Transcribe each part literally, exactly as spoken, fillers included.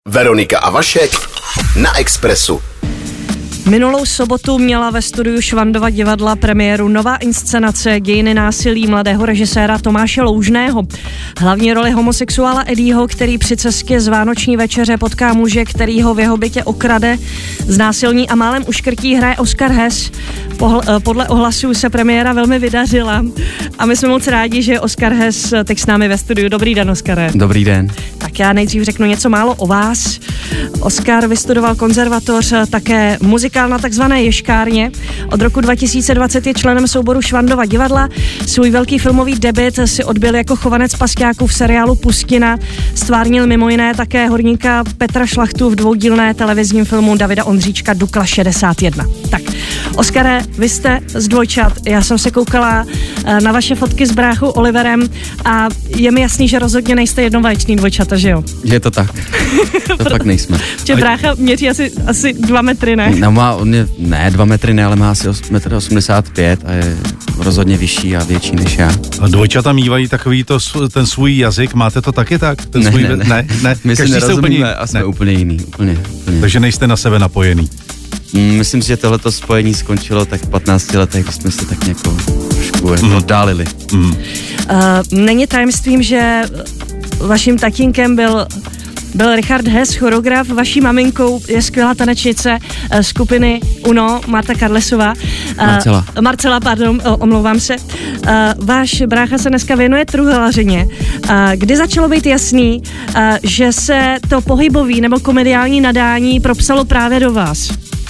Veronika a Vašek na Expressu. Minulou sobotu měla ve studiu Švandova divadla premiéru nová inscenace Dějiny násilí mladého režiséra Tomáše Loužného. Hlavní roli homosexuála Eddieho, který při cestě z vánoční večeře potká muže, který ho v jeho bytě okrade, znásilní a málem uškrtí, hraje Oskar Hess. Podle ohlasů se premiéra velmi vydařila a my jsme moc rádi, že je Oskar Hess teď s námi ve studiu. Dobrý den, Oskare. Dobrý den. Tak já nejdřív řeknu něco málo o vás. Oskar vystudoval konzervatoř, také muzikál na takzvané ješkárně. Od roku dva tisíce dvacet je členem souboru Švandova divadla. Svůj velký filmový debut si odbyl jako chovanec pasťáků v seriálu Pustina. Stvárnil mimo jiné také horníka Petra Šlachtu v dvoudílné televizním filmu Davida Ondříčka Dukla šedesát jedna. Tak, Oskare, vy jste z dvojčat. Já jsem se koukala na vaše fotky s bráchou Oliverem a je mi jasný, že rozhodně nejste jednovaječný dvojčata, že jo? Je to tak. To fakt nejsme. Že brácha měří asi, asi dva metry, ne? No má, on je, ne dva metry ne, ale má asi metr osmdesát pět a je rozhodně vyšší a větší než já. A dvojčata mívají takový to, ten svůj jazyk, máte to taky tak? Ten ne, svůj, ne, ne, ne, ne. My si nerozumíme úplně, a jsme ne. úplně jiný. Úplně, úplně. Takže nejste na sebe napojený. Myslím si, že tohleto spojení skončilo tak v patnácti letech, když jsme se tak nějak trošku mm. oddálili. Mm. Uh, není tajemstvím, že vaším tatínkem byl Byl Richard Hess, choreograf, vaší maminkou je skvělá tanečnice uh, skupiny Uno, Marta Karlesová. Uh, Marcela. Marcela, pardon, o, omlouvám se. Uh, váš brácha se dneska věnuje truhlařině. Uh, kdy začalo být jasný, uh, že se to pohybový nebo komediální nadání propsalo právě do vás?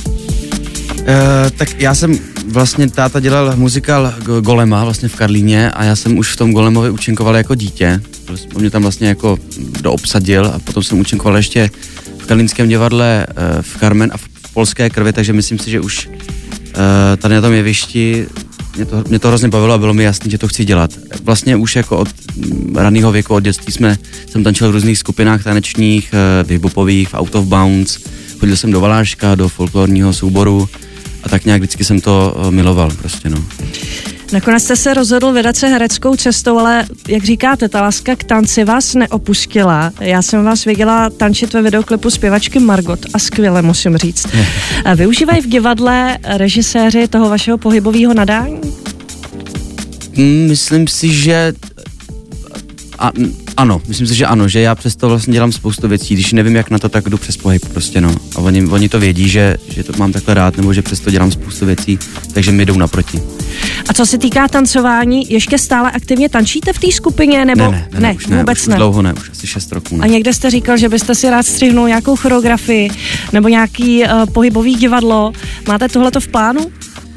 Uh, tak já jsem vlastně, táta dělal muzikál Golema vlastně v Karlíně a já jsem už v tom Golemovi účinkoval jako dítě. On mě tam vlastně jako doobsadil a potom jsem účinkoval ještě v Karlínském divadle uh, v Carmen a v Polské krvi, takže myslím si, že už uh, tady na tom jevišti mě to, mě to hrozně bavilo a bylo mi jasný, že to chci dělat. Vlastně už jako od raného věku, od dětství jsme, jsem tančil v různých skupinách tanečních, uh, hip-hopových, v Out of Bounds, chodil jsem do Valáška, do folklorního souboru a tak nějak vždycky jsem to uh, miloval prostě, no. Nakonec jste se rozhodl vydat se hereckou cestou, ale jak říkáte, ta láska k tanci vás neopustila. Já jsem vás viděla tančit ve videoklipu zpěvačky Margot a skvěle, musím říct. Využívají v divadle režiséři toho vašeho pohybového nadání? Myslím si, že a, ano, myslím si, že ano, že já přesto vlastně dělám spoustu věcí, když nevím, jak na to, tak jdu přes pohyb prostě, no. A oni, oni to vědí, že, že to mám takhle rád, nebo že přesto dělám spoustu věcí, takže mi jdou naproti. A co se týká tancování, ještě stále aktivně tančíte v té skupině, nebo ne, ne, ne, ne, už ne vůbec už ne? Dlouho ne, už asi šest roků ne. A někde jste říkal, že byste si rád střihnul nějakou choreografii nebo nějaký uh, pohybový divadlo. Máte tohleto v plánu? Uh,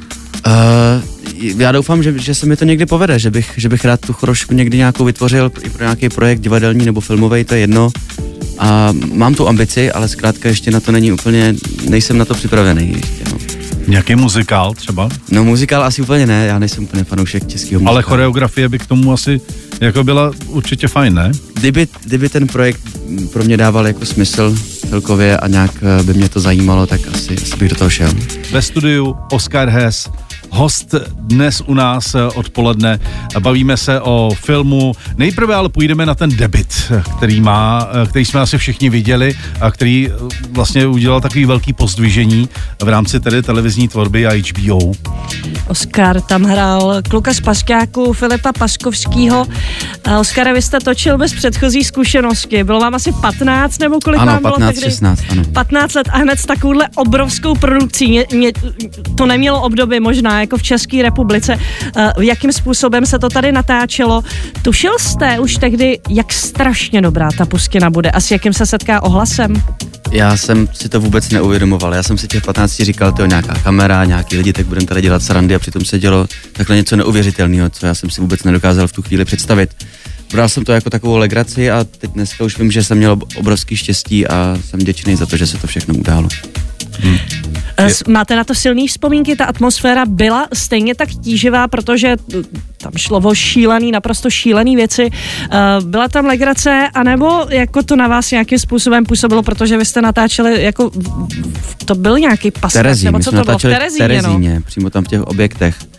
já doufám, že, že se mi to někdy povede, že bych, že bych rád tu chorošku někdy nějakou vytvořil i pro nějaký projekt divadelní nebo filmový, to je jedno. A mám tu ambici, ale zkrátka ještě na to není úplně, nejsem na to připravený ještě, no. Nějaký muzikál třeba? No muzikál asi úplně ne, já nejsem úplně fanoušek českého muzikálu. Ale choreografie by k tomu asi jako byla určitě fajn, ne? Kdyby, kdyby ten projekt pro mě dával jako smysl celkově a nějak by mě to zajímalo, tak asi, asi bych do toho šel. Ve studiu Oskar Hess, host dnes u nás odpoledne. Bavíme se o filmu. Nejprve ale půjdeme na ten debut, který má, který jsme asi všichni viděli a který vlastně udělal takový velký pozdvižení v rámci tedy televizní tvorby a H B O. Oskar tam hrál kluka z Pasťáku Filipa Paskovskýho. Oskare, vy jste točil bez předchozí zkušenosti. Bylo vám asi patnáct nebo kolik ano, vám bylo patnáct, tehdy? šestnáct, ano. patnáct let a hned s takovouhle obrovskou produkcí. Ně, ně, to nemělo období možná jako v České republice. Uh, jakým způsobem se to tady natáčelo? Tušil jste už tehdy, jak strašně dobrá ta Pustina bude a s jakým se setká ohlasem? Já jsem si to vůbec neuvědomoval. Já jsem si těch patnácti říkal, to je nějaká kamera, nějaký lidi, tak budeme tady dělat srandy a přitom se dělo takhle něco neuvěřitelného, co já jsem si vůbec nedokázal v tu chvíli představit. Bral jsem to jako takovou legraci a teď dneska už vím, že jsem měl obrovský štěstí a jsem vděčný za to, že se to všechno událo. Hmm. Máte na to silný vzpomínky? Ta atmosféra byla stejně tak tíživá, protože tam šlo o šílený, naprosto šílený věci. Byla tam legrace, anebo jako to na vás nějakým způsobem působilo, protože vy jste natáčeli jako, to byl nějaký pas, Terezín, nebo my co jsme to bylo? V natáčeli Terezíně, v Terezíně, no. přímo tam v těch objektech.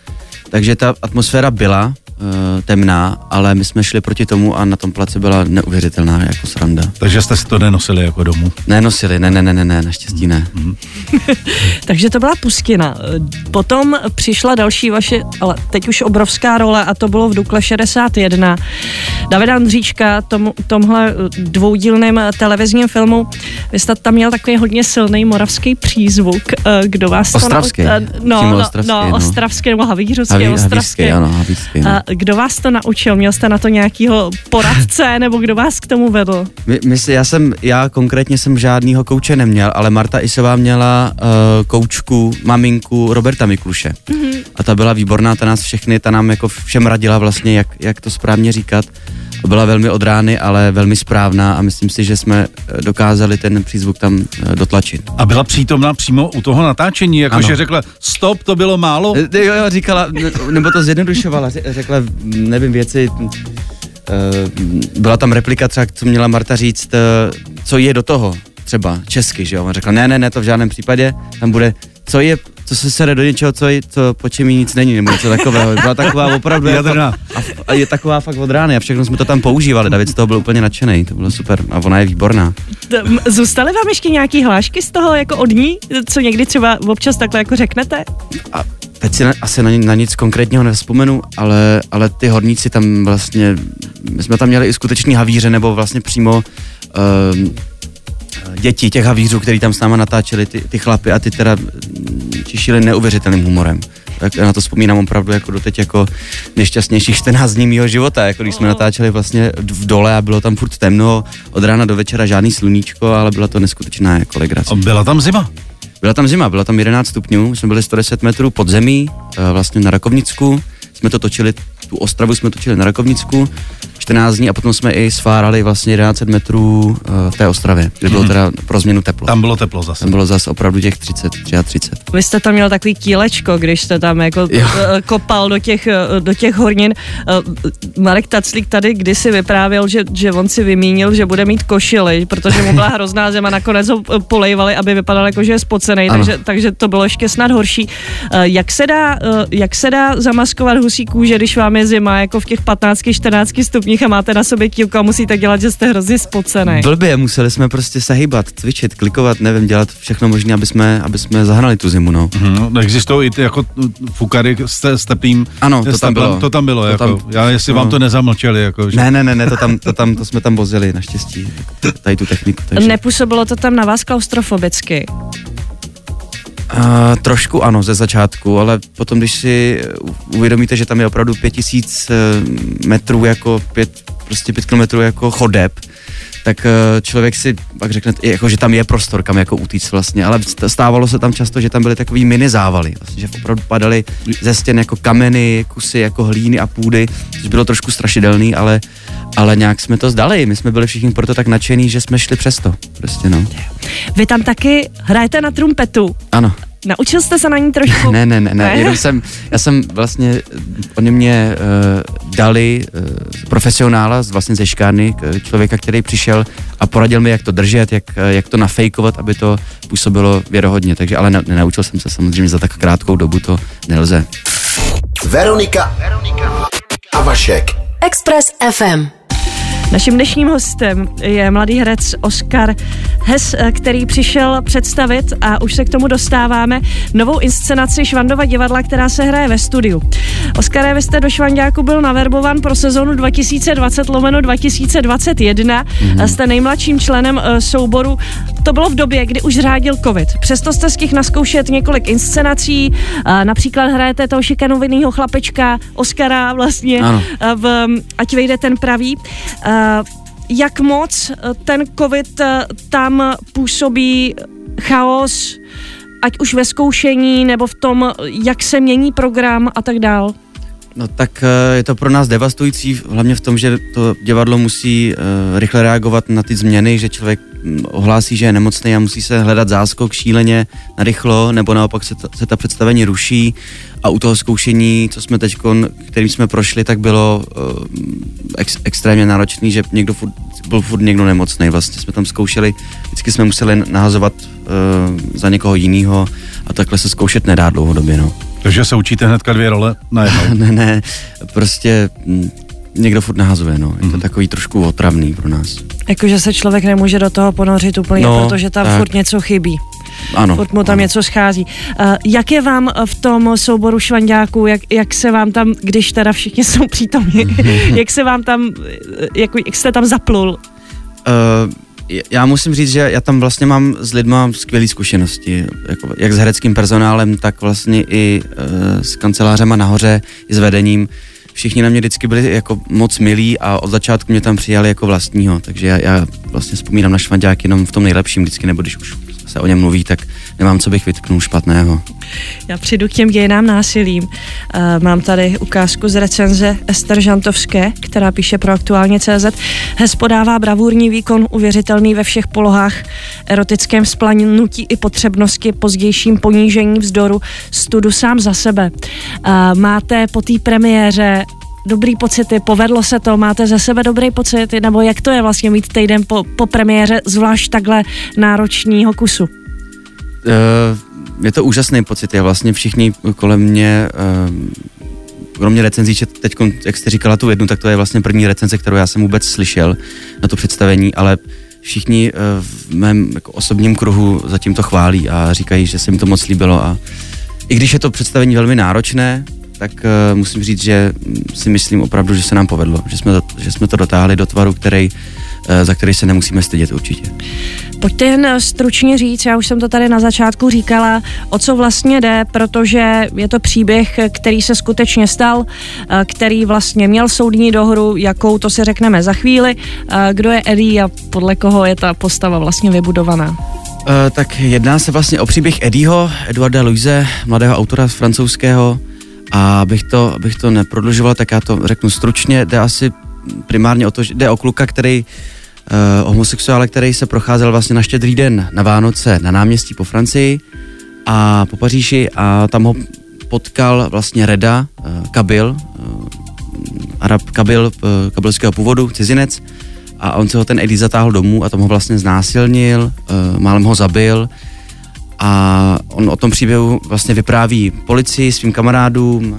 takže ta atmosféra byla uh, temná, ale my jsme šli proti tomu a na tom placi byla neuvěřitelná jako sranda. Takže jste si to nenosili jako domů? Nenosili, ne, ne, ne, ne, ne, naštěstí ne. Mm-hmm. Takže to byla Pustina. Potom přišla další vaše, ale teď už obrovská role a to bylo v Dukle šedesát jedna. David Andříčka, tom, tomhle dvoudílném televizním filmu, vy jste tam měl takový hodně silný moravský přízvuk. Kdo vás to Ostravský. Na, no, no, ostravský, no, no. ostravský nebo havířovský, Haví, ostravský. Havířský, ano, havířský, no. Kdo vás to naučil? Měl jste na to nějakýho poradce nebo kdo vás k tomu vedl? My, my si, já jsem, já konkrétně jsem žádnýho kouče neměl, ale Marta Isová měla uh, koučku, maminku Roberta Mikluše. Mm-hmm. A ta byla výborná, ta nás všechny, ta nám jako všem radila vlastně, jak, jak to správně říkat. Byla velmi od rány, ale velmi správná a myslím si, že jsme dokázali ten přízvuk tam dotlačit. A byla přítomná přímo u toho natáčení, jakože řekla, stop, to bylo málo? Jo, jo, říkala, nebo to zjednodušovala, řekla, nevím, věci, byla tam replika třeba, co měla Marta říct, co je do toho, třeba česky, že jo, ona řekla, ne, ne, ne, to v žádném případě, tam bude, co je, co se sere do něčeho, co, je, co po čem nic není, nebo něco takového. Byla taková opravdu jako, a, a je taková fakt od rány a všechno jsme to tam používali. David z toho byl úplně nadšenej, to bylo super a ona je výborná. Zůstaly vám ještě nějaký hlášky z toho jako od ní, co někdy třeba občas takhle jako řeknete? A teď si na, asi na, na nic konkrétního nevzpomenu, ale, ale ty horníci tam vlastně, my jsme tam měli i skutečný havíře, nebo vlastně přímo uh, děti těch havířů, který tam s náma natáčeli, ty, ty chlapy a ty teda čišili neuvěřitelným humorem. Tak já na to vzpomínám opravdu jako doteď jako nejšťastnějších čtrnáct dní mýho života, jako když jsme natáčeli vlastně v dole a bylo tam furt temno, od rána do večera žádný sluníčko, ale byla to neskutečná jako legrace. A byla tam zima? Byla tam zima, bylo tam jedenáct stupňů, jsme byli sto deset metrů pod zemí, vlastně na Rakovnicku, jsme to točili, tu Ostravu jsme točili na Rakovnicku, čtrnáct dní a potom jsme i svárali vlastně jedenáct set metrů v té Ostravě, kde bylo teda pro změnu teplo. Tam bylo teplo zase. Tam bylo zase opravdu těch třicet, třicet tři. Vy jste tam měl takový kýlečko, když jste tam jako jo. kopal do těch, do těch hornin. Marek Taclík tady kdysi vyprávěl, že, že on si vymínil, že bude mít košili, protože mu byla hrozná zima, nakonec ho polejvali, aby vypadal jako, že je spocenej, takže, takže to bylo ještě snad horší. Jak se dá, jak se dá zamaskovat husí kůže, když vám je zima, jako v těch patnáct čtrnáct stupních a máte na sobě kýlko a musíte dělat, že jste hrozně spocenej? Blbě, museli jsme prostě se hýbat, cvičit, klikovat, nevím, dělat všechno možné, aby jsme, aby jsme zahnali tu zimu, no. Mm, existují i ty jako fukary s, s teplým. Ano, to tam bylo. To tam bylo, to jako. Tam, já jestli no. vám to nezamlčeli, jako. Že... Ne, ne, ne, ne, to tam, to tam, to jsme tam vozili, naštěstí, tady tu techniku. Takže... Nepůsobilo to tam na vás klaustrofobicky? Uh, trošku ano, ze začátku, ale potom, když si uvědomíte, že tam je opravdu pět tisíc metrů jako pět, prostě pět kilometrů jako chodeb, tak uh, člověk si pak řekne, jako, že tam je prostor, kam jako utíct vlastně, ale stávalo se tam často, že tam byly takový mini závaly, vlastně, že opravdu padaly ze stěn jako kameny, kusy jako hlíny a půdy, což bylo trošku strašidelný, ale, ale nějak jsme to zdali, my jsme byli všichni proto tak nadšený, že jsme šli přes to, prostě no. Vy tam taky hrajete na trumpetu. Ano. Naučil jste se na ní trošku? Ne, ne, ne, ne. Jenom jsem, já jsem vlastně, oni mě uh, dali uh, profesionála vlastně ze škárny, člověka, který přišel a poradil mi, jak to držet, jak, jak to nafejkovat, aby to působilo věrohodně, takže ale ne, nenaučil jsem se samozřejmě za tak krátkou dobu, to nelze. Veronika, Veronika a Vašek. Express ef em. Naším dnešním hostem je mladý herec Oskar Hes, který přišel představit, a už se k tomu dostáváme, novou inscenaci Švandova divadla, která se hraje ve studiu. Oskare, vy jste do Švanďáku byl naverbovan pro sezónu dva tisíce dvacet lomeno dva tisíce dvacet jedna. Mm-hmm. Jste nejmladším členem souboru. To bylo v době, kdy už řádil covid. Přesto jste stihl naskoušet několik inscenací. Například hrajete toho šikanovitýho chlapečka Oskara vlastně v Ať vejde ten pravý. Jak moc ten covid tam působí chaos, ať už ve zkoušení, nebo v tom, jak se mění program a tak dál? No tak je to pro nás devastující, hlavně v tom, že to divadlo musí uh, rychle reagovat na ty změny, že člověk ohlásí, že je nemocný a musí se hledat záskok šíleně narychlo, nebo naopak se, ta, se ta představení ruší a u toho zkoušení, co jsme teď, kterým jsme prošli, tak bylo uh, ex, extrémně náročný, že někdo furt, byl furt někdo nemocný, vlastně jsme tam zkoušeli, vždycky jsme museli nahazovat uh, za někoho jinýho a takhle se zkoušet nedá dlouhodobě, no. Takže se učíte hnedka dvě role najednou? ne, ne, prostě m, někdo furt nahazuje, no. Je to mm. takový trošku otravný pro nás. Jakože se člověk nemůže do toho ponořit úplně, no, protože tam tak. furt něco chybí. Ano. Furt mu tam ano. něco schází. Uh, jak je vám v tom souboru švanďáků, jak, jak se vám tam, když teda všichni jsou přítomní, jak se vám tam, jak, jak jste tam zaplul? Uh, já musím říct, že já tam vlastně mám s lidma skvělé zkušenosti, jako, jak s hereckým personálem, tak vlastně i uh, s kancelářema nahoře, i s vedením. Všichni na mě vždycky byli jako moc milí a od začátku mě tam přijali jako vlastního, takže já, já vlastně vzpomínám na švanďák jenom v tom nejlepším vždycky, nebo když už se o něm mluví, tak nemám, co bych vytknul špatného. Já přijdu k těm dějinám násilím. Uh, mám tady ukázku z recenze Ester Žantovské, která píše pro Aktuálně tečka cé zet. Hes podává bravurní výkon, uvěřitelný ve všech polohách, erotickém splanutí i potřebnosti, pozdějším ponížení vzdoru, studu sám za sebe. Uh, máte po té premiéře dobrý pocity, povedlo se to, máte za sebe dobrý pocit, nebo jak to je vlastně mít týden po, po premiéře, zvlášť takhle náročného kusu? Uh, je to úžasný pocit, já vlastně všichni kolem mě, uh, kromě recenzí, že teď, jak jste říkala tu jednu, tak to je vlastně první recenze, kterou já jsem vůbec slyšel na to představení, ale všichni uh, v mém jako osobním kruhu zatím to chválí a říkají, že se mi to moc líbilo a i když je to představení velmi náročné, tak uh, musím říct, že si myslím opravdu, že se nám povedlo, že jsme to, že jsme to dotáhli do tvaru, který, uh, za který se nemusíme stydět určitě. Pojďte jen stručně říct, já už jsem to tady na začátku říkala, o co vlastně jde, protože je to příběh, který se skutečně stal, uh, který vlastně měl soudní dohru, jakou to si řekneme za chvíli, uh, kdo je Eddie a podle koho je ta postava vlastně vybudovaná. Uh, tak jedná se vlastně o příběh Eddieho, Eduarda Luise, mladého autora francouzského. A abych to, abych to neprodlužoval, tak já to řeknu stručně. Jde asi primárně o to, že jde o kluka, který, uh, homosexuále, který se procházel vlastně na Štědrý den na Vánoce na náměstí po Francii a po Paříži a tam ho potkal vlastně Reda, uh, Kabil, uh, Arab Kabil, uh, kabilského původu, cizinec a on se ho ten Eddie zatáhl domů a tam ho vlastně znásilnil, uh, málem ho zabil. A on o tom příběhu vlastně vypráví policii, svým kamarádům,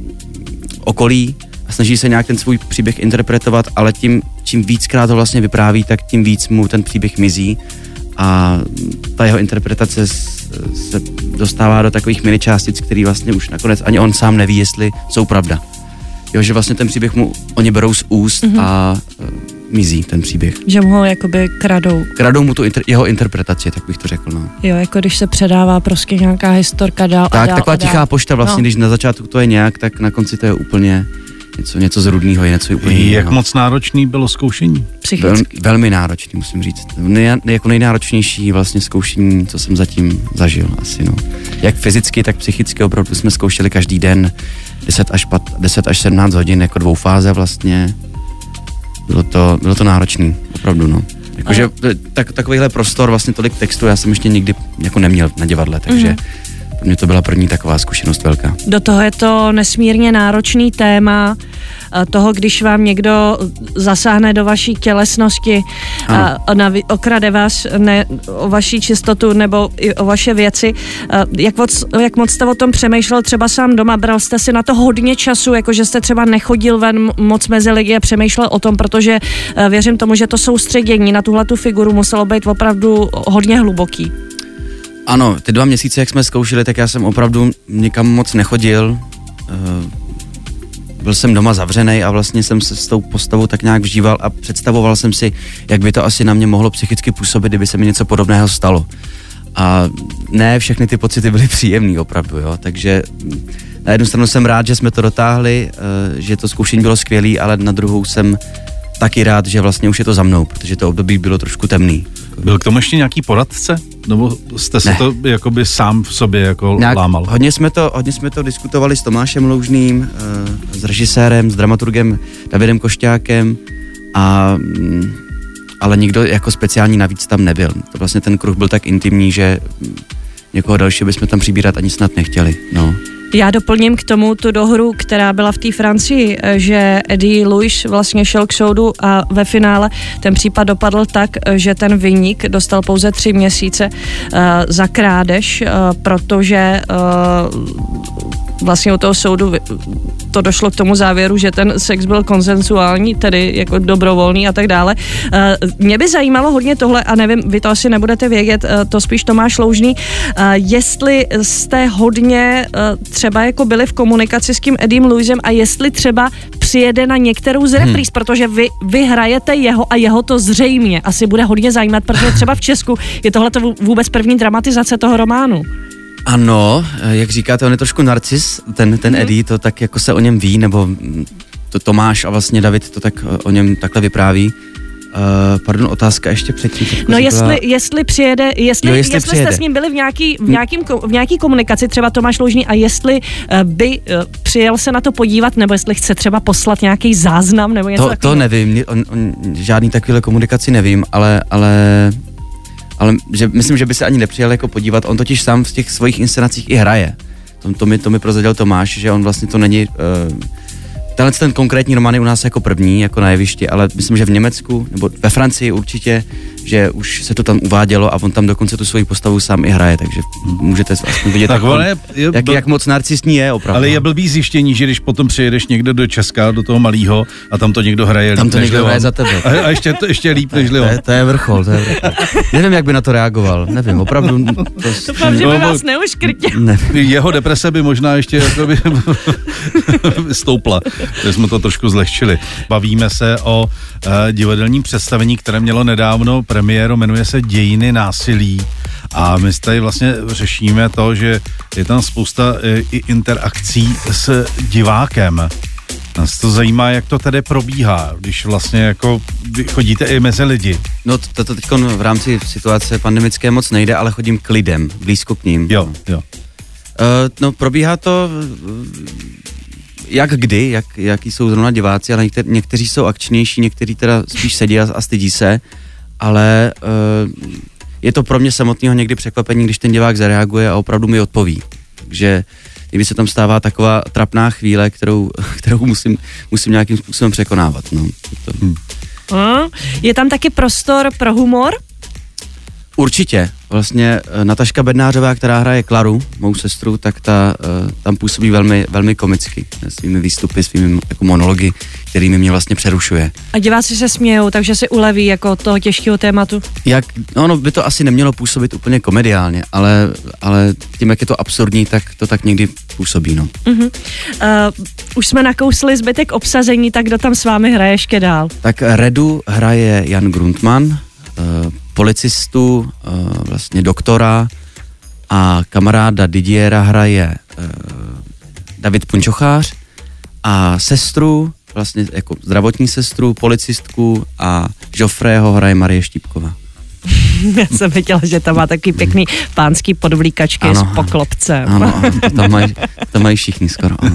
okolí a snaží se nějak ten svůj příběh interpretovat, ale tím, čím víckrát ho vlastně vypráví, tak tím víc mu ten příběh mizí a ta jeho interpretace se dostává do takových miničástic, který vlastně už nakonec ani on sám neví, jestli jsou pravda. Jo, že vlastně ten příběh mu oni berou z úst mm-hmm. a uh, mizí ten příběh. Že mu ho jakoby kradou. Kradou mu tu inter, jeho interpretaci, tak bych to řekl, no. Jo, jako když se předává prostě nějaká historka dál tak, a dál taková a dál. tichá pošta vlastně, no. Když na začátku to je nějak, tak na konci to je úplně něco, něco zrudného, je něco úplně jiného. Jak no. moc náročný bylo zkoušení? Vel, velmi náročný, musím říct. Nej, jako nejnáročnější vlastně zkoušení, co jsem zatím zažil asi, no. Jak fyzicky, tak psychicky opravdu jsme zkoušeli každý den deset až sedmnáct hodin, jako dvoufáze vlastně. Bylo to, bylo to náročný, opravdu, no. Jakože tak, takovýhle prostor, vlastně tolik textu, já jsem ještě nikdy jako neměl na divadle, takže mm. pro mě to byla první taková zkušenost velká. Do toho je to nesmírně náročný téma toho, když vám někdo zasáhne do vaší tělesnosti a, a navi, okrade vás ne, o vaší čistotu nebo i o vaše věci. Jak moc, jak moc jste o tom přemýšlel třeba sám doma? Bral jste si na to hodně času, jakože jste třeba nechodil ven moc mezi lidi a přemýšlel o tom, protože věřím tomu, že to soustředění na tuhletu figuru muselo být opravdu hodně hluboký. Ano, ty dva měsíce, jak jsme zkoušeli, tak já jsem opravdu nikam moc nechodil. Byl jsem doma zavřenej a vlastně jsem se s tou postavou tak nějak vžíval a představoval jsem si, jak by to asi na mě mohlo psychicky působit, kdyby se mi něco podobného stalo. A ne všechny ty pocity byly příjemný opravdu, jo, takže na jednu stranu jsem rád, že jsme to dotáhli, že to zkoušení bylo skvělý, ale na druhou jsem taky rád, že vlastně už je to za mnou, protože to období bylo trošku temný. Byl k tomu ještě nějaký poradce? Nebo jste se ne. to jakoby sám v sobě jako Nějak, lámal? Hodně jsme, to, hodně jsme to diskutovali s Tomášem Loužným, s režisérem, s dramaturgem Davidem Košťákem, a, ale nikdo jako speciální navíc tam nebyl. To vlastně ten kruh byl tak intimní, že někoho dalšího bychom tam přibírat ani snad nechtěli. No. Já doplním k tomu tu dohru, která byla v té Francii, že Eddie Louis vlastně šel k soudu a ve finále ten případ dopadl tak, že ten viník dostal pouze tři měsíce uh, za krádež, uh, protože uh, vlastně u toho soudu to došlo k tomu závěru, že ten sex byl konsensuální, tedy jako dobrovolný a tak dále. Mě by zajímalo hodně tohle, a nevím, vy to asi nebudete vědět, to spíš Tomáš Loužný, jestli jste hodně třeba jako byli v komunikaci s tím Eddiem Lewisem a jestli třeba přijede na některou z repríz, hmm. protože vy, vy hrajete jeho a jeho to zřejmě asi bude hodně zajímat, protože třeba v Česku je tohle vůbec první dramatizace toho románu. Ano, jak říkáte, on je trošku narcis, ten, ten mm. Eddie, to tak jako se o něm ví, nebo to Tomáš a vlastně David to tak o něm takhle vypráví. Uh, pardon, otázka ještě předtím. No jestli, byla... jestli přijede, jestli, jo, jestli, jestli jestli přijede. jste s ním byli v nějaký, v, nějakým, v nějaký komunikaci, třeba Tomáš Loužný, a jestli uh, by uh, přijel se na to podívat, nebo jestli chce třeba poslat nějaký záznam, nebo něco to, takového. To nevím, on, on, žádný takovýhle komunikaci nevím, ale, ale, ale že, myslím, že by se ani nepřijel jako podívat, on totiž sám v těch svých inscenacích i hraje. To, to, mi, to mi prozradil Tomáš, že on vlastně to není... Uh, Tenhle ten konkrétní román je u nás jako první, jako na jevišti, ale myslím, že v Německu nebo ve Francii určitě, že už se to tam uvádělo a on tam dokonce tu svoji postavu sám i hraje, takže můžete aspoň vidět, tak on, je, je jak, bl... jak moc narcisní je opravdu. Ale je blbý zjištění, že když potom přijedeš někde do Česka, do toho malýho a tam to někdo hraje tam líp, to někdo hraje za tebe. A, a ještě, to, ještě líp než to, je, to je vrchol, to je vrchol. Nevím, jak by na to reagoval, nevím, opravdu. To, Doufám, že by vás neuškrtil. Ne. Jeho deprese by možná ještě jako by stoupla, že jsme to trošku zlehčili. Bavíme se o uh, divadelním představení, které mělo nedávno premiéru, jmenuje se Dějiny násilí. A my tady vlastně řešíme to, že je tam spousta uh, i interakcí s divákem. Nás to zajímá, jak to tady probíhá, když vlastně jako chodíte i mezi lidi. No to, to teď v rámci situace pandemické moc nejde, ale chodím k lidem, blízko k ním. Jo, jo. Uh, no probíhá to... Uh, jak kdy, jak, jaký jsou zrovna diváci, ale někter, někteří jsou akčnější, někteří teda spíš sedí a, a stydí se, ale uh, je to pro mě samotného někdy překvapení, když ten divák zareaguje a opravdu mi odpoví. Takže kdyby se tam stává taková trapná chvíle, kterou, kterou musím, musím nějakým způsobem překonávat. No. To... Hmm. Je tam taky prostor pro humor? Určitě. Vlastně Nataška Bednářová, která hraje Klaru, mou sestru, tak ta uh, tam působí velmi, velmi komicky svými výstupy, svými jako monology, kterými mě vlastně přerušuje. A diváci se smějou, takže si uleví jako toho těžkého tématu? Jak, no, no by to asi nemělo působit úplně komediálně, ale, ale tím, jak je to absurdní, tak to tak někdy působí, no. Uh-huh. Uh, už jsme nakousli zbytek obsazení, tak kdo tam s vámi hraje ještě dál? Tak Redu hraje Jan Grundmann, uh, policistu, uh, vlastně doktora, a kamaráda Didiera hraje uh, David Punčochář a sestru, vlastně jako zdravotní sestru, policistku a Joffreyho hraje Marie Štípková. Já jsem věděla, že tam má taky pěkný pánský podvlíkačky ano, s poklopcem. Ano, ano, to tam mají, to mají všichni skoro, ano.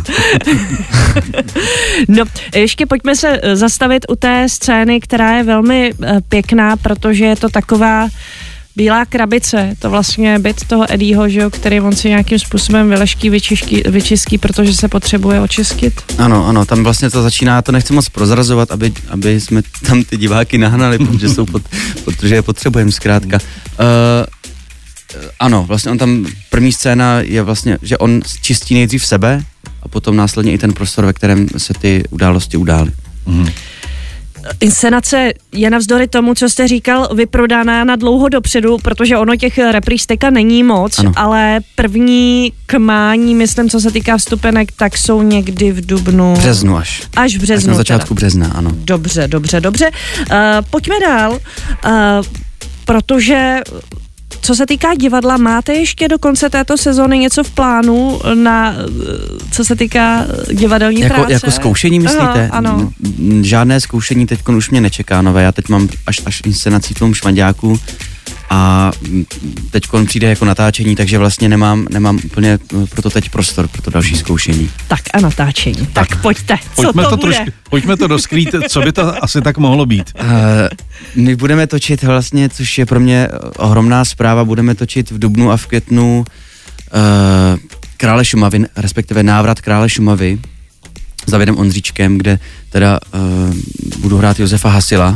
No, ještě pojďme se zastavit u té scény, která je velmi pěkná, protože je to taková bílá krabice, to vlastně byt toho Eddieho, že jo, který on si nějakým způsobem vylešký, vyčišký, vyčistí, protože se potřebuje očistit. Ano, ano, tam vlastně to začíná, to nechci moc prozrazovat, aby, aby jsme tam ty diváky nahnali, protože, jsou pot, protože je potřebujeme zkrátka. Uh, ano, vlastně on tam, první scéna je vlastně, že on čistí nejdřív sebe a potom následně i ten prostor, ve kterém se ty události udály. Mhm. Inscenace je navzdory tomu, co jste říkal, vyprodaná na dlouho dopředu, protože ono těch repríz teka není moc, ano. Ale první kmání, myslím, co se týká vstupenek, tak jsou někdy v dubnu. Březnu až. Až v březnu. Až na začátku teda. Března, ano. Dobře, dobře, dobře. Uh, pojďme dál, uh, protože... Co se týká divadla, máte ještě do konce této sezóny něco v plánu, na, co se týká divadelní jako, práce? Jako zkoušení, myslíte? Aha, ano. Žádné zkoušení teď už mě nečeká nové. Já teď mám až, až inscenací v tom Švanďáku a teď přijde jako natáčení, takže vlastně nemám, nemám úplně pro to teď prostor, pro to další zkoušení. Tak a natáčení. Tak, tak pojďte, co pojďme to, to bude? Trošku, pojďme to doskrýt, co by to asi tak mohlo být? Uh, my budeme točit vlastně, což je pro mě ohromná zpráva, budeme točit v dubnu a v květnu uh, Krále Šumavy, respektive návrat Krále Šumavy s Davidem Ondříčkem, kde teda uh, budu hrát Josefa Hasila,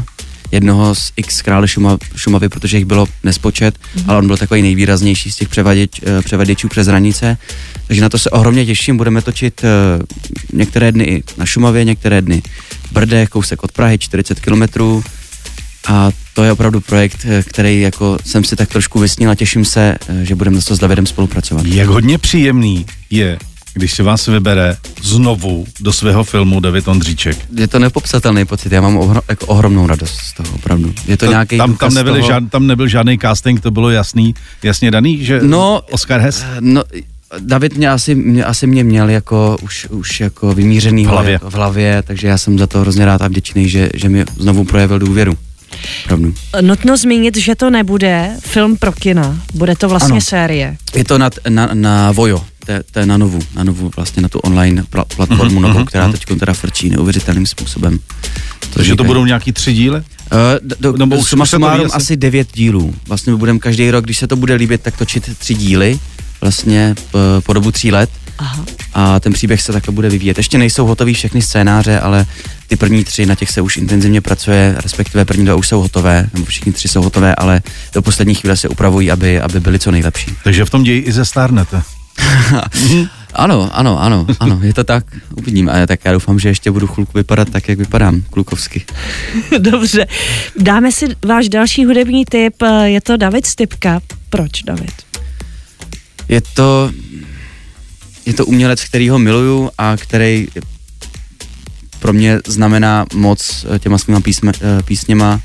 jednoho z X krále Šumav, Šumavy, protože jich bylo nespočet, mm-hmm. ale on byl takový nejvýraznější z těch převaděč, převaděčů přes hranice. Takže na to se ohromně těším, budeme točit uh, některé dny i na Šumavě, některé dny v Brdech, kousek od Prahy, čtyřicet kilometrů. A to je opravdu projekt, který jako jsem si tak trošku vysnil a těším se, že budeme zase s Davidem spolupracovat. Jak hodně příjemný je, když se vás vybere znovu do svého filmu David Ondříček. Je to nepopsatelný pocit, já mám ohro, jako ohromnou radost z toho opravdu. Je to, to nějaký tam, tam, nebyl žád, tam nebyl žádný casting, to bylo jasný, jasně daný, že no, Oscar Hess? No, David mě asi, mě, asi mě měl jako už, už jako vymířený v hlavě. v hlavě, takže já jsem za to hrozně rád a vděčný, že, že mi znovu projevil důvěru. Pravdu. Nutno zmínit, že to nebude film pro kina, bude to vlastně ano. série. Je to na, na, na Vojo, to je na Novu, na Novu vlastně na tu online pl- platformu mm-hmm, novou, která mm-hmm. teď teda frčí neuvěřitelným způsobem. Takže to budou nějaký tři díly? Uh, do, do, do, suma sumárum asi? asi devět dílů. Vlastně my budeme každý rok, když se to bude líbit, tak točit tři díly, vlastně po, po dobu tří let. Aha. A ten příběh se takhle bude vyvíjet. Ještě nejsou hotový všechny scénáře, ale ty první tři, na těch se už intenzivně pracuje, respektive první dva už jsou hotové, nebo všichni tři jsou hotové, ale do poslední chvíle se upravují, aby, aby byly co nejlepší. Takže v tom ději i zestárnete. Ano, ano, ano, ano, je to tak, uvidím, a tak já doufám, že ještě budu chvilku vypadat tak, jak vypadám, klukovsky. Dobře, dáme si váš další hudební tip, je to David Stypka. Proč David? Je to, je to umělec, kterýho miluju a který pro mě znamená moc těma svýma písme, písněma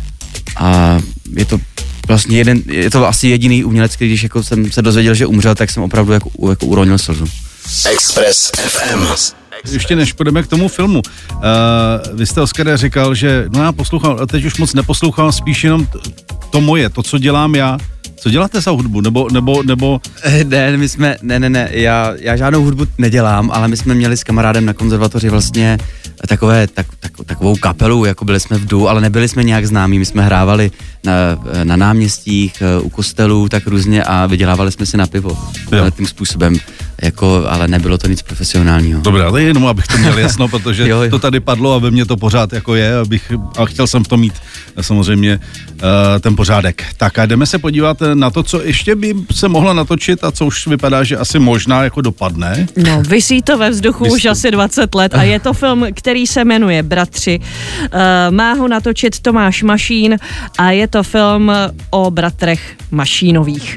a je to vlastně jeden, je to asi jediný umělec, když jako jsem se dozvěděl, že umřel, tak jsem opravdu jako, jako uronil slzu. Express ef em. Ještě než půjdeme k tomu filmu, uh, vy jste, Oskare, říkal, že no já poslouchám, a teď už moc neposlouchám, spíš jenom to, to moje, to, co dělám já. Co děláte za hudbu, nebo, nebo, nebo... Ne, my jsme, ne, ne, ne, já, já žádnou hudbu nedělám, ale my jsme měli s kamarádem na konzervatoři vlastně takové, tak, tak, takovou kapelu, jako byli jsme v duo, ale nebyli jsme nějak známí, my jsme hrávali na, na náměstích, u kostelů, tak různě a vydělávali jsme si na pivo. Ale tím způsobem, jako, ale nebylo to nic profesionálního. Dobrá, ale jenom abych to měl jasno, protože jo, jo. to tady padlo a ve mně to pořád jako je, abych, a chtěl jsem v tom mít samozřejmě uh, ten pořádek. Tak a jdeme se podívat na to, co ještě by se mohla natočit a co už vypadá, že asi možná jako dopadne. No, visí to ve vzduchu Vys... už asi dvacet let a je to film, který se jmenuje Bratři. Uh, má ho natočit Tomáš Mašín a je to film o bratrech Mašínových.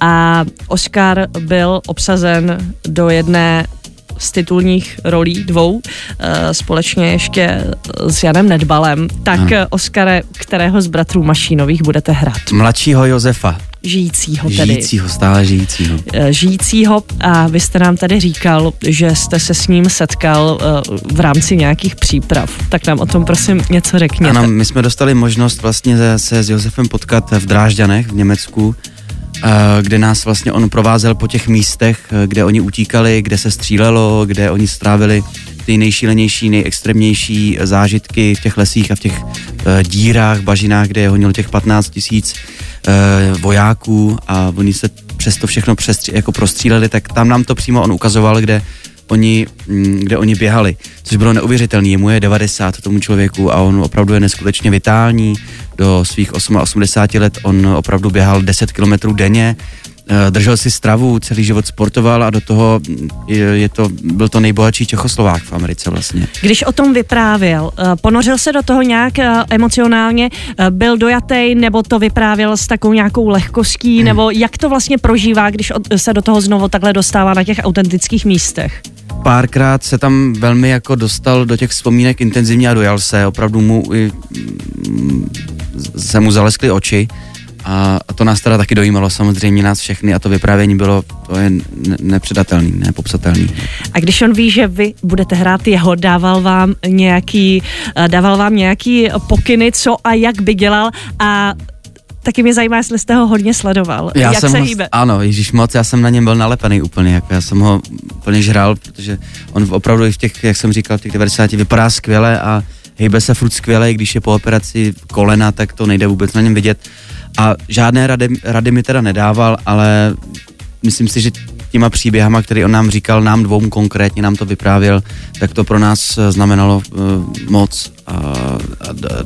A Oscar byl obsazen do jedné z titulních rolí, dvou, uh, společně ještě s Janem Nedbalem. Tak ano. Oskare, kterého z bratrů Mašínových budete hrát? Mladšího Josefa. Žijícího tedy. Žijícího, stále žijícího. Žijícího a vy jste nám tady říkal, že jste se s ním setkal uh, v rámci nějakých příprav. Tak nám o tom prosím něco řekněte. Ano, my jsme dostali možnost vlastně se s Josefem potkat v Drážďanech v Německu, kde nás vlastně on provázel po těch místech, kde oni utíkali, kde se střílelo, kde oni strávili ty nejšílenější, nejextrémnější zážitky v těch lesích a v těch uh, dírách, bažinách, kde je honilo těch patnáct tisíc uh, vojáků a oni se přes to všechno přestří, jako prostříleli, tak tam nám to přímo on ukazoval, kde oni, kde oni běhali, což bylo neuvěřitelné. Jemu je devadesát tomu člověku a on opravdu je neskutečně vitální. Do svých osmadesáti let on opravdu běhal deset kilometrů denně, držel si stravu, celý život sportoval a do toho je, je to, byl to nejbohatší Čechoslovák v Americe vlastně. Když o tom vyprávěl, ponořil se do toho nějak emocionálně, byl dojatej, nebo to vyprávěl s takovou nějakou lehkostí, hmm. nebo jak to vlastně prožívá, když se do toho znovu takhle dostává na těch autentických místech? Párkrát se tam velmi jako dostal do těch vzpomínek intenzivně a dojal se, opravdu mu i, se mu zaleskly oči. A to nás teda taky dojímalo, samozřejmě nás všechny a to vyprávění bylo, to je ne- nepředatelný, nepopsatelný. A když on ví, že vy budete hrát jeho, dával vám nějaký, dával vám nějaký pokyny, co a jak by dělal a taky mě zajímá, jestli jste ho hodně sledoval. Já jak jsem se ho, hýbe? Ano, ježíš moc, já jsem na něm byl nalepený úplně, jako já jsem ho úplně žral, protože on opravdu i v těch, jak jsem říkal, v těch devadesáti vypadá skvěle a hýbe se furt skvěle, když je po operaci kolena, tak to nejde vůbec na něm vidět. A žádné rady, rady mi teda nedával, ale myslím si, že těma příběhama, který on nám říkal, nám dvou konkrétně nám to vyprávěl, tak to pro nás znamenalo uh, moc. A, a,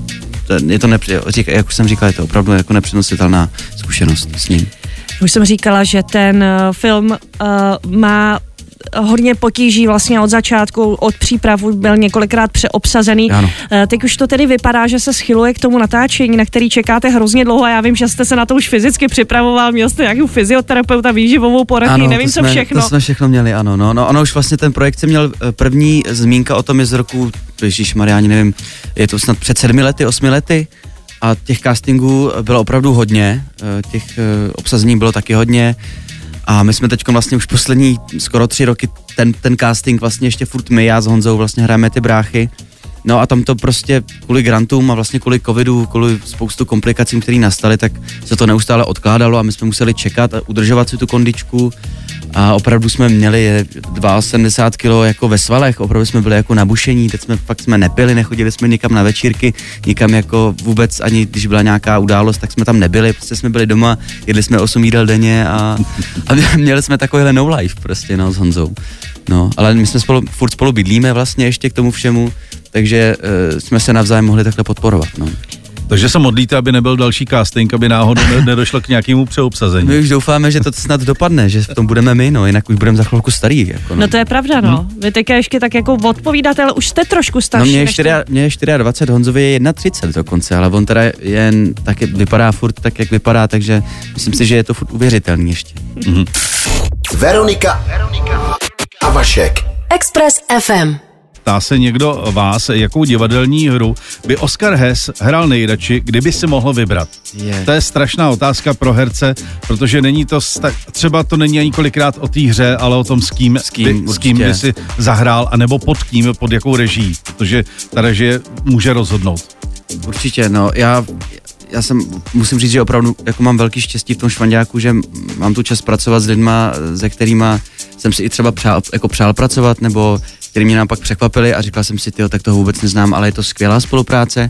je to nepři, jak už jsem říkal, je to opravdu jako nepřenositelná zkušenost s ním. Už jsem říkala, že ten film uh, má hodně potíží vlastně od začátku, od přípravu, byl několikrát přeobsazený. Ano. Teď už to tedy vypadá, že se schyluje k tomu natáčení, na který čekáte hrozně dlouho a já vím, že jste se na to už fyzicky připravoval, měl jste nějakou fyzioterapeuta, výživovou poradní, nevím co jsme, všechno. To jsme všechno měli, ano. No, no, ono už vlastně ten projekt se měl, první zmínka o tom je z roku, ježišmarja, ani nevím, je to snad před sedmi lety, osmi lety a těch castingů bylo opravdu hodně, těch obsazení bylo taky hodně. A my jsme teď vlastně už poslední skoro tři roky ten, ten casting vlastně ještě furt my, já s Honzou vlastně hrajeme ty bráchy. No a tam to prostě kvůli grantům a vlastně kvůli covidu, kvůli spoustu komplikacím, které nastaly, tak se to neustále odkládalo a my jsme museli čekat a udržovat si tu kondičku. A opravdu jsme měli sedmdesát dva kilo jako ve svalech, opravdu jsme byli jako nabušení, teď jsme fakt jsme nepili, nechodili jsme nikam na večírky, nikam jako vůbec, ani když byla nějaká událost, tak jsme tam nebyli, prostě jsme byli doma, jedli jsme osm jídel denně a, a měli jsme takovýhle no life prostě, no, s Honzou. No, ale my jsme spolu, furt spolu bydlíme vlastně ještě k tomu všemu, takže uh, jsme se navzájem mohli takhle podporovat, no. Takže se modlíte, aby nebyl další casting, aby náhodou nedošlo k nějakému přeobsazení. My už doufáme, že to snad dopadne, že v tom budeme my, no, jinak už budeme za chvilku starý. Jako, no. no to je pravda, no. Hmm. Vy teďka ještě tak jako odpovídáte, ale už jste trošku starší. No mě je, čtyři, mě je dvacet čtyři, Honzovi je třicet jedna dokonce, ale on teda jen tak vypadá furt tak, jak vypadá, takže myslím si, že je to furt uvěřitelný ještě. Hmm. Veronika, Veronika a Vašek. Express ef em. Ptá se někdo vás, jakou divadelní hru by Oskar Hess hrál nejradši, kdyby si mohl vybrat? Je. To je strašná otázka pro herce, protože není to, sta- třeba to není ani kolikrát o té hře, ale o tom, s kým, s kým, by, s kým by si zahrál, anebo pod kým, pod jakou režií, protože ta režie může rozhodnout. Určitě, no, já, já jsem, musím říct, že opravdu jako mám velký štěstí v tom Švanďáku, že mám tu čas pracovat s lidma, se kterýma jsem si i třeba přál, jako přál pracovat, nebo který mě nám pak překvapili a říkal jsem si, tyjo, tak toho vůbec neznám, ale je to skvělá spolupráce.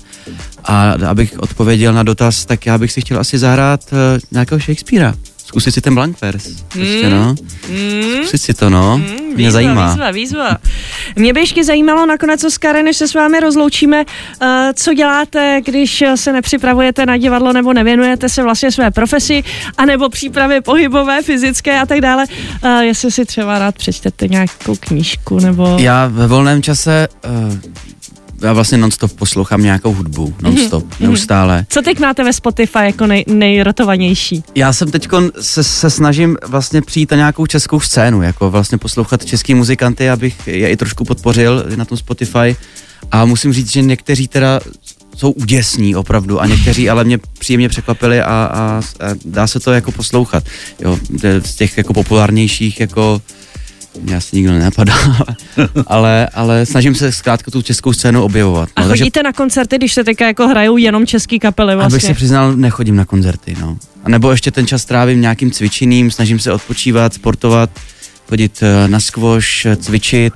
A abych odpověděl na dotaz, tak já bych si chtěl asi zahrát uh, nějakého Shakespearea. Zkusit si ten Blankvers. Prostě, no. Mm. Zkusit si to, no. Mm, Mě výzva, zajímá. Výzva, výzva. Mě by ještě zajímalo nakonec, Oskare, než se s vámi rozloučíme, uh, co děláte, když se nepřipravujete na divadlo nebo nevěnujete se vlastně své profesi, anebo přípravě pohybové, fyzické a tak dále. Uh, jestli si třeba rád přečtete nějakou knížku, nebo... Já ve volném čase... Uh, já vlastně non-stop poslouchám nějakou hudbu, non-stop, mm-hmm. neustále. Co teď máte ve Spotify jako nej, nejrotovanější? Já jsem teďko se, se snažím vlastně přijít na nějakou českou scénu, jako vlastně poslouchat český muzikanty, abych je i trošku podpořil na tom Spotify a musím říct, že někteří teda jsou úděsní opravdu a někteří ale mě příjemně překvapili a, a, a dá se to jako poslouchat. Jo, z těch jako populárnějších jako mě asi nikdo nenapadá, ale, ale snažím se zkrátka tu českou scénu objevovat. No, a chodíte takže, na koncerty, když se teďka jako hrajou jenom český kapely vlastně? Abych si přiznal, nechodím na koncerty, no. A nebo ještě ten čas trávím nějakým cvičením, snažím se odpočívat, sportovat, chodit na squash, cvičit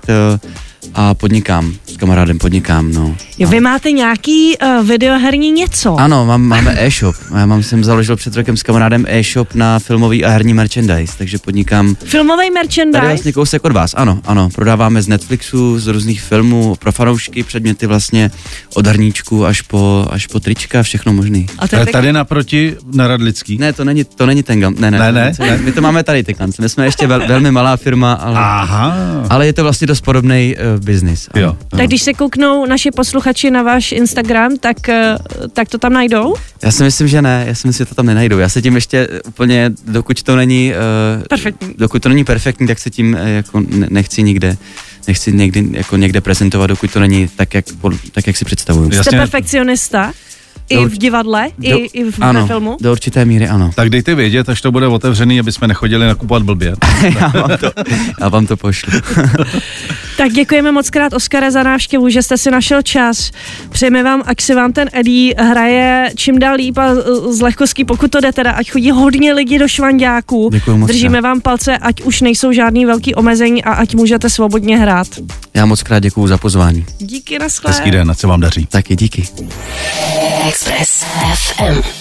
a podnikám, s kamarádem podnikám, no. Jo, vy máte nějaký uh, videoherní něco? Ano, mám, máme e-shop. Já mám, jsem založil před rokem s kamarádem e-shop na filmový a herní merchandise, takže podnikám... Filmový merchandise? Tady vlastně kousek od vás, ano, ano. Prodáváme z Netflixu, z různých filmů, pro fanoušky, předměty vlastně od hrníčku až po, až po trička, všechno možný. A to je tady tak... naproti na Radlický? Ne, to není, to není ten gam, ne, ne, ne, ne? ne, my to máme tady ty klance. My jsme ještě vel, velmi malá firma, ale, Aha. ale je to vlastně dost podobný uh, biznis. Jo. Tak když se kouknou naši posluchači na váš Instagram, tak, uh, tak to tam najdou? Já si myslím, že ne, já si myslím, že to tam nenajdou. Já se tím ještě úplně, dokud to není uh, perfektní. Dokud to není perfektní, tak se tím uh, jako nechci nikde nechci někdy, jako někde prezentovat, dokud to není tak, jak, tak, jak si představuju. Jste perfekcionista? I v divadle, do, i, i v ano, filmu? Do určité míry, ano. Tak dejte vědět, až to bude otevřený, aby jsme nechodili nakupovat blbě. já, vám to, já vám to pošlu. Tak děkujeme moc krát, Oskare, za návštěvu, že jste si našel čas. Přejeme vám, ať si vám ten Eddie hraje čím dál líp a z lehkostí, pokud to jde teda, ať chodí hodně lidí do Švanďáků. Děkuji moc. Držíme krát. vám palce, ať už nejsou žádný velký omezení a ať můžete svobodně hrát. Já moc krát děkuju za pozvání. Díky, naschle. Hezký den, ať se vám daří. Taky díky. Express ef em.